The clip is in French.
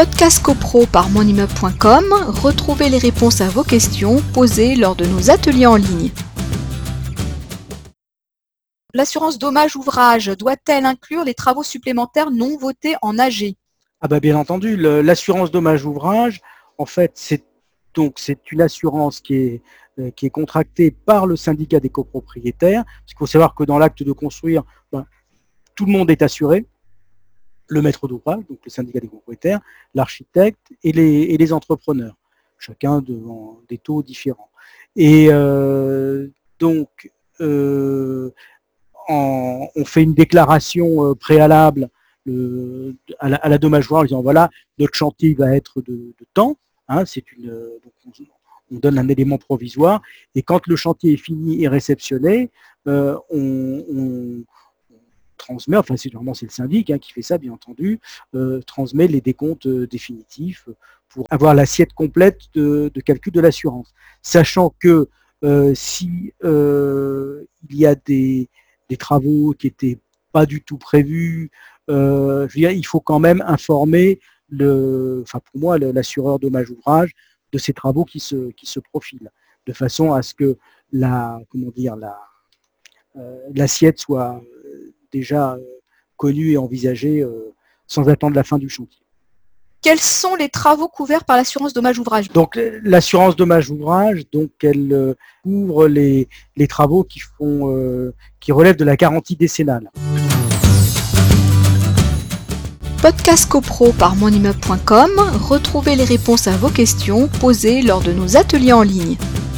Podcast CoPro par monimmeuble.com, retrouvez les réponses à vos questions posées lors de nos ateliers en ligne. L'assurance dommage ouvrage doit-elle inclure les travaux supplémentaires non votés en AG ? Bien entendu, l'assurance dommage ouvrage, en fait, c'est une assurance qui est contractée par le syndicat des copropriétaires. Parce qu'il faut savoir que dans l'acte de construire, tout le monde est assuré. Le maître d'ouvrage, donc le syndicat des copropriétaires, l'architecte et les entrepreneurs, chacun devant des taux différents. Et on fait une déclaration préalable à la dommage ouvrage en disant voilà, notre chantier va être de temps, donc on donne un élément provisoire, et quand le chantier est fini et réceptionné, on transmet, c'est le syndic qui fait ça bien entendu, transmet les décomptes définitifs pour avoir l'assiette complète de calcul de l'assurance. Sachant que si il y a des travaux qui n'étaient pas du tout prévus, il faut quand même informer pour moi l'assureur dommage ouvrage de ces travaux qui se profilent, de façon à ce que l'assiette soit déjà connue et envisagée sans attendre la fin du chantier. Quels sont les travaux couverts par l'assurance dommage ouvrage ? Donc l'assurance dommage ouvrage, elle couvre les travaux qui relèvent de la garantie décennale. Podcast CoPro par monimmeuble.com, retrouvez les réponses à vos questions posées lors de nos ateliers en ligne.